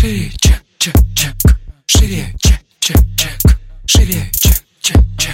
Шире, чек, чек, чек. Шире, чек, чек, чек. Шире, чек, чек, чек.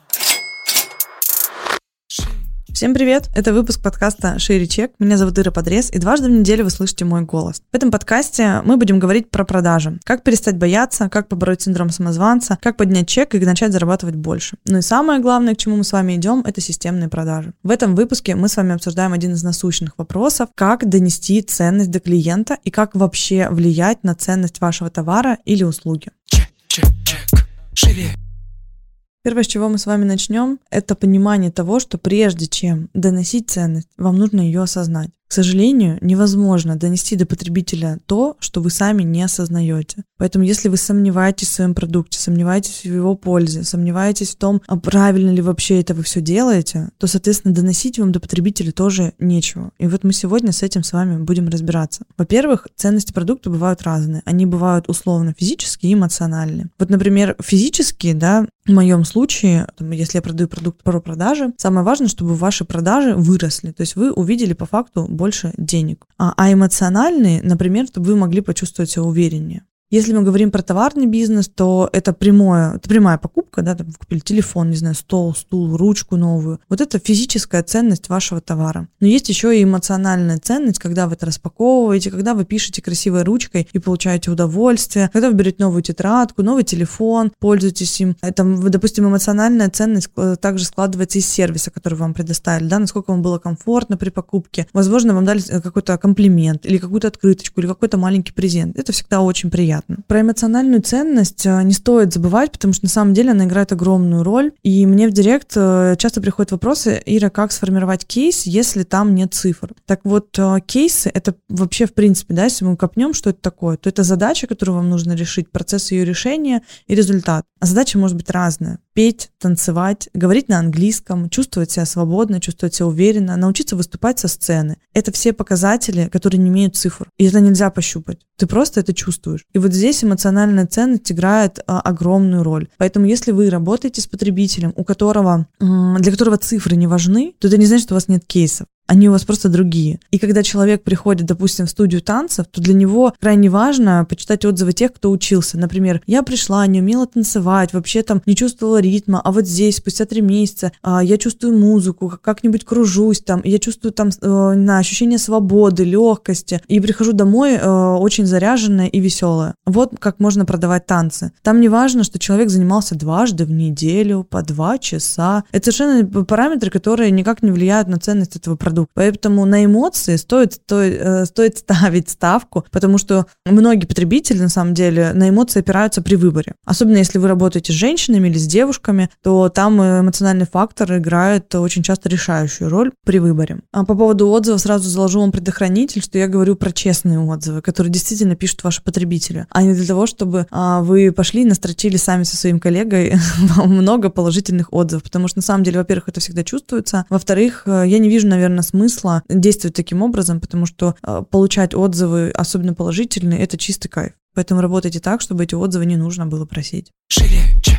Всем привет! Это выпуск подкаста «Шире чек». Меня зовут Ира Подрез, и дважды в неделю вы слышите мой голос. В этом подкасте мы будем говорить про продажи. Как перестать бояться, как побороть синдром самозванца, как поднять чек и начать зарабатывать больше. Ну и самое главное, к чему мы с вами идем, это системные продажи. В этом выпуске мы с вами обсуждаем один из насущных вопросов, как донести ценность до клиента и как вообще влиять на ценность вашего товара или услуги. Чек, чек, чек. Шире. Первое, с чего мы с вами начнем, это понимание того, что прежде чем доносить ценность, вам нужно ее осознать. К сожалению, невозможно донести до потребителя то, что вы сами не осознаете. Поэтому если вы сомневаетесь в своем продукте, сомневаетесь в его пользе, сомневаетесь в том, а правильно ли вообще это вы все делаете, то, соответственно, доносить вам до потребителя тоже нечего. И вот мы сегодня с этим с вами будем разбираться. Во-первых, ценности продукта бывают разные. Они бывают условно физические и эмоциональные. Вот, например, физические, да, в моем случае, если я продаю продукт про продажи, самое важное, чтобы ваши продажи выросли. То есть вы увидели по факту больше денег. А эмоциональные, например, чтобы вы могли почувствовать себя увереннее. Если мы говорим про товарный бизнес, то это прямая покупка, да, там вы купили телефон, не знаю, стол, стул, ручку новую. Вот это физическая ценность вашего товара. Но есть еще и эмоциональная ценность, когда вы это распаковываете, когда вы пишете красивой ручкой и получаете удовольствие, когда вы берете новую тетрадку, новый телефон, пользуетесь им. Это, допустим, эмоциональная ценность также складывается из сервиса, который вам предоставили, да, насколько вам было комфортно при покупке. Возможно, вам дали какой-то комплимент или какую-то открыточку, или какой-то маленький презент. Это всегда очень приятно. Про эмоциональную ценность не стоит забывать, потому что на самом деле она играет огромную роль. И мне в директ часто приходят вопросы: Ира, как сформировать кейс, если там нет цифр? Так вот, кейсы — это вообще в принципе, да, если мы копнем, что это такое, то это задача, которую вам нужно решить, процесс ее решения и результат. А задача может быть разная. Петь, танцевать, говорить на английском, чувствовать себя свободно, чувствовать себя уверенно, научиться выступать со сцены. Это все показатели, которые не имеют цифр. И это нельзя пощупать. Ты просто это чувствуешь. И вот здесь эмоциональная ценность играет огромную роль. Поэтому если вы работаете с потребителем, для которого цифры не важны, то это не значит, что у вас нет кейсов. Они у вас просто другие. И когда человек приходит, допустим, в студию танцев, то для него крайне важно почитать отзывы тех, кто учился. Например, я пришла, не умела танцевать, вообще там не чувствовала ритма, а вот здесь, спустя 3 месяца, я чувствую музыку, как-нибудь кружусь там, я чувствую там ощущение свободы, легкости, и прихожу домой очень заряженная и веселая. Вот как можно продавать танцы. Там не важно, что человек занимался дважды в неделю, по 2 часа. Это совершенно параметры, которые никак не влияют на ценность этого продукта. Поэтому на эмоции стоит ставить ставку, потому что многие потребители, на самом деле, на эмоции опираются при выборе. Особенно если вы работаете с женщинами или с девушками, то там эмоциональный фактор играет очень часто решающую роль при выборе. А по поводу отзывов сразу заложу вам предохранитель, что я говорю про честные отзывы, которые действительно пишут ваши потребители, а не для того, чтобы вы пошли и настрочили сами со своим коллегой много положительных отзывов, потому что на самом деле, во-первых, это всегда чувствуется, во-вторых, я не вижу, наверное, смысла действовать таким образом, потому что получать отзывы, особенно положительные, это чистый кайф. Поэтому работайте так, чтобы эти отзывы не нужно было просить. Шире, чек.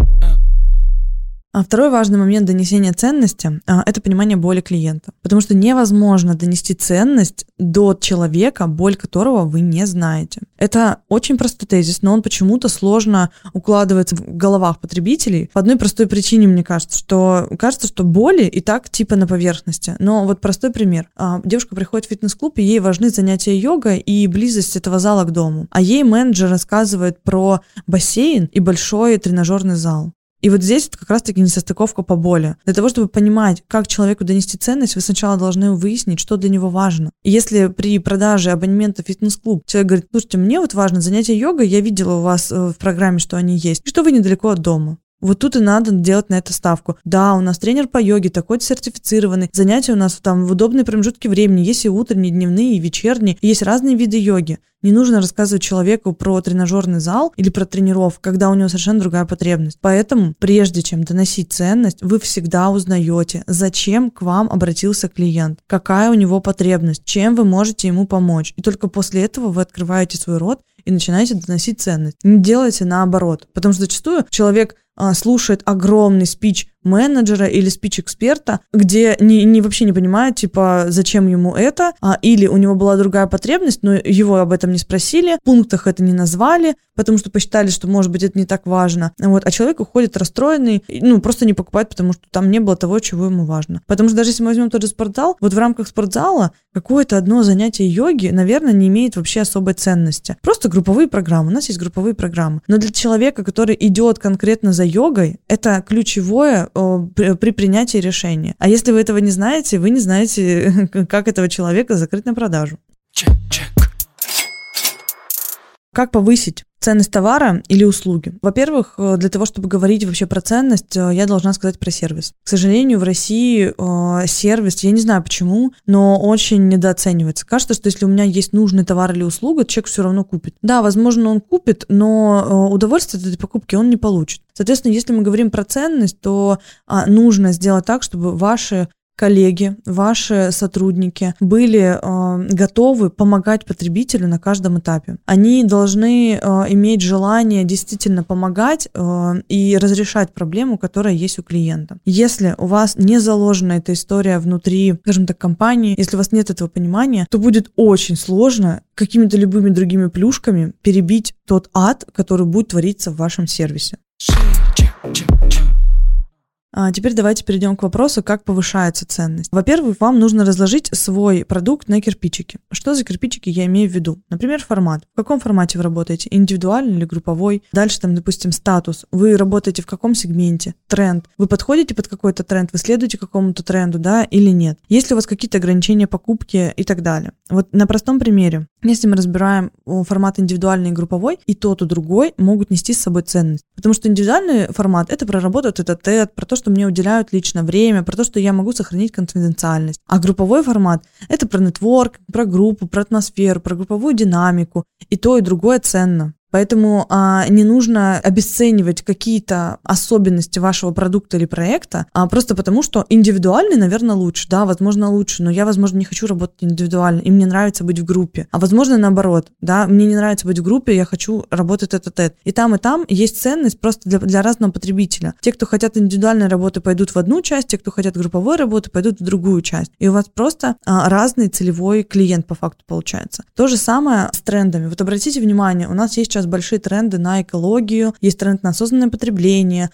А второй важный момент донесения ценности – это понимание боли клиента. Потому что невозможно донести ценность до человека, боль которого вы не знаете. Это очень простой тезис, но он почему-то сложно укладывается в головах потребителей. По одной простой причине, мне кажется, что боли и так типа на поверхности. Но вот простой пример. Девушка приходит в фитнес-клуб, и ей важны занятия йогой и близость этого зала к дому. А ей менеджер рассказывает про бассейн и большой тренажерный зал. И вот здесь как раз-таки несостыковка по боли. Для того, чтобы понимать, как человеку донести ценность, вы сначала должны выяснить, что для него важно. И если при продаже абонемента в фитнес-клуб человек говорит: слушайте, мне вот важно занятия йогой, я видела у вас в программе, что они есть, и что вы недалеко от дома. Вот тут и надо делать на это ставку. Да, у нас тренер по йоге такой-то сертифицированный. Занятия у нас там в удобные промежутки времени. Есть и утренние, и дневные, и вечерние. И есть разные виды йоги. Не нужно рассказывать человеку про тренажерный зал или про тренировку, когда у него совершенно другая потребность. Поэтому, прежде чем доносить ценность, вы всегда узнаете, зачем к вам обратился клиент, какая у него потребность, чем вы можете ему помочь. И только после этого вы открываете свой рот и начинаете доносить ценность. Не делайте наоборот, потому что зачастую человек слушает огромный спич менеджера или спич эксперта, где вообще не понимает, типа, зачем ему это, или у него была другая потребность, но его об этом не спросили, в пунктах это не назвали, потому что посчитали, что, может быть, это не так важно. А человек уходит расстроенный, просто не покупает, потому что там не было того, чего ему важно. Потому что даже если мы возьмем тот же спортзал, в рамках спортзала какое-то одно занятие йоги, наверное, не имеет вообще особой ценности. Просто групповые программы. У нас есть групповые программы. Но для человека, который идет конкретно за йогой, это ключевое при принятии решения. А если вы этого не знаете, вы не знаете, как этого человека закрыть на продажу. Чек. Как повысить ценность товара или услуги? Во-первых, для того, чтобы говорить вообще про ценность, я должна сказать про сервис. К сожалению, в России сервис, я не знаю почему, но очень недооценивается. Кажется, что если у меня есть нужный товар или услуга, человек все равно купит. Да, возможно, он купит, но удовольствие от этой покупки он не получит. Соответственно, если мы говорим про ценность, то нужно сделать так, чтобы ваши коллеги, ваши сотрудники были готовы помогать потребителю на каждом этапе. Они должны иметь желание действительно помогать и разрешать проблему, которая есть у клиента. Если у вас не заложена эта история внутри, скажем так, компании, если у вас нет этого понимания, то будет очень сложно какими-то любыми другими плюшками перебить тот ад, который будет твориться в вашем сервисе. Теперь давайте перейдем к вопросу, как повышается ценность. Во-первых, вам нужно разложить свой продукт на кирпичики. Что за кирпичики я имею в виду? Например, формат. В каком формате вы работаете? Индивидуальный или групповой? Дальше допустим, статус. Вы работаете в каком сегменте? Тренд. Вы подходите под какой-то тренд? Вы следуете какому-то тренду, или нет? Есть ли у вас какие-то ограничения покупки и так далее? На простом примере. Если мы разбираем формат индивидуальный и групповой, и тот, и другой могут нести с собой ценность. Потому что индивидуальный формат — это про работу тет-а-тет, про то, что мне уделяют лично время, про то, что я могу сохранить конфиденциальность. А групповой формат — это про нетворк, про группу, про атмосферу, про групповую динамику. И то, и другое ценно. Поэтому не нужно обесценивать какие-то особенности вашего продукта или проекта, просто потому, что индивидуальный, наверное, лучше. Да, возможно, лучше, но я, возможно, не хочу работать индивидуально, и мне нравится быть в группе. А возможно, наоборот, да, мне не нравится быть в группе, я хочу работать тет-а-тет. И там есть ценность просто для разного потребителя. Те, кто хотят индивидуальной работы, пойдут в одну часть, те, кто хотят групповой работы, пойдут в другую часть. И у вас просто разный целевой клиент по факту получается. То же самое с трендами. Обратите внимание, у нас есть сейчас большие тренды на экологию, есть тренд на осознанное потребление,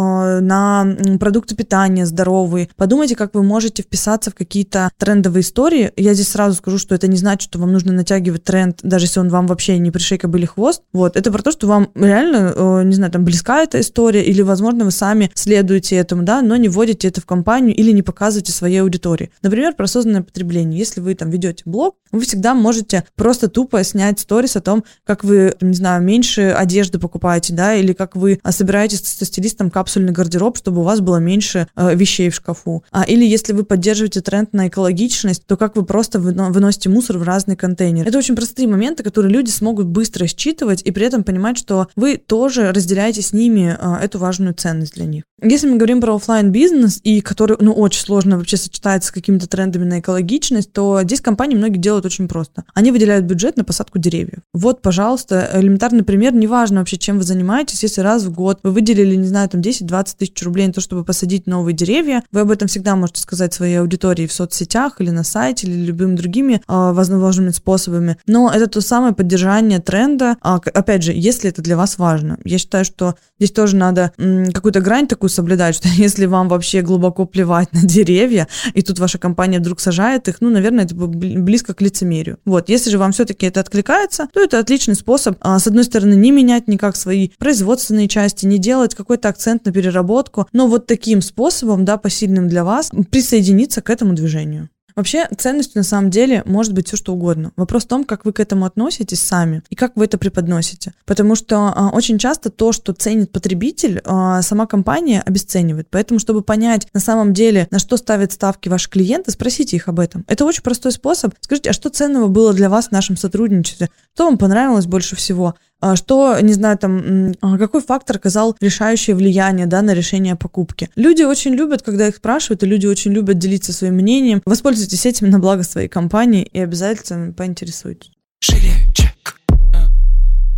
на продукты питания здоровые. Подумайте, как вы можете вписаться в какие-то трендовые истории. Я здесь сразу скажу, что это не значит, что вам нужно натягивать тренд, даже если он вам вообще не пришей кобыли хвост. Это про то, что вам реально, близка эта история, или, возможно, вы сами следуете этому, но не вводите это в компанию или не показываете своей аудитории. Например, про осознанное потребление. Если вы ведете блог, вы всегда можете просто тупо снять сторис о том, как вы, меньше одежды покупаете, или как вы собираетесь со стилистом капсульный гардероб, чтобы у вас было меньше вещей в шкафу. Или если вы поддерживаете тренд на экологичность, то как вы просто выносите мусор в разные контейнеры. Это очень простые моменты, которые люди смогут быстро считывать и при этом понимать, что вы тоже разделяете с ними эту важную ценность для них. Если мы говорим про офлайн бизнес, и который, очень сложно вообще сочетается с какими-то трендами на экологичность, то здесь компании многие делают очень просто. Они выделяют бюджет на посадку деревьев. Пожалуйста, элементарный пример, неважно вообще, чем вы занимаетесь, если раз в год вы выделили, 10-20 тысяч рублей на то, чтобы посадить новые деревья, вы об этом всегда можете сказать своей аудитории в соцсетях или на сайте, или любыми другими возможными способами. Но это то самое поддержание тренда, опять же, если это для вас важно. Я считаю, что здесь тоже надо какую-то грань такую соблюдать, что если вам вообще глубоко плевать на деревья, и тут ваша компания вдруг сажает их, наверное, это близко к лицемерию. Если же вам все-таки это откликается, то это отличный способ, с одной стороны, не менять никак свои производственные части, не делать какой-то акцент на переработку, но таким способом, посильным для вас, присоединиться к этому движению. Вообще, ценностью на самом деле может быть все что угодно. Вопрос в том, как вы к этому относитесь сами и как вы это преподносите. Потому что очень часто то, что ценит потребитель, сама компания обесценивает. Поэтому, чтобы понять на самом деле, на что ставят ставки ваши клиенты, спросите их об этом. Это очень простой способ. Скажите, а что ценного было для вас в нашем сотрудничестве? Что вам понравилось больше всего? Что, какой фактор оказал решающее влияние, на решение покупки. Люди очень любят, когда их спрашивают, и люди очень любят делиться своим мнением. Воспользуйтесь этим на благо своей компании и обязательно поинтересуйтесь.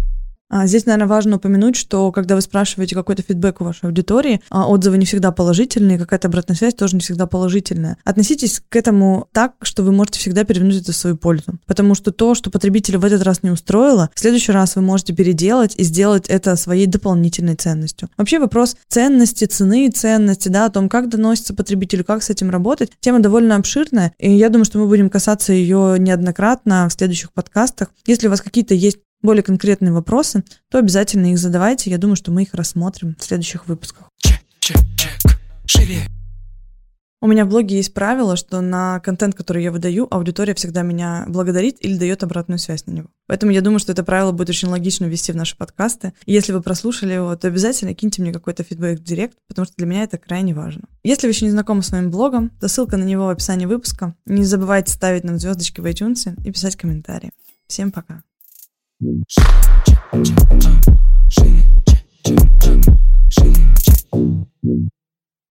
Здесь, наверное, важно упомянуть, что когда вы спрашиваете какой-то фидбэк у вашей аудитории, отзывы не всегда положительные, какая-то обратная связь тоже не всегда положительная. Относитесь к этому так, что вы можете всегда перевернуть это в свою пользу. Потому что то, что потребителя в этот раз не устроило, в следующий раз вы можете переделать и сделать это своей дополнительной ценностью. Вообще вопрос ценности, цены и ценности, да, о том, как доносится потребителю, как с этим работать, тема довольно обширная, и я думаю, что мы будем касаться ее неоднократно в следующих подкастах. Если у вас какие-то есть более конкретные вопросы, то обязательно их задавайте. Я думаю, что мы их рассмотрим в следующих выпусках. Чек, живее. У меня в блоге есть правило, что на контент, который я выдаю, аудитория всегда меня благодарит или дает обратную связь на него. Поэтому я думаю, что это правило будет очень логично ввести в наши подкасты. И если вы прослушали его, то обязательно киньте мне какой-то фидбэк в директ, потому что для меня это крайне важно. Если вы еще не знакомы с моим блогом, то ссылка на него в описании выпуска. Не забывайте ставить нам звездочки в iTunes и писать комментарии. Всем пока. Шире,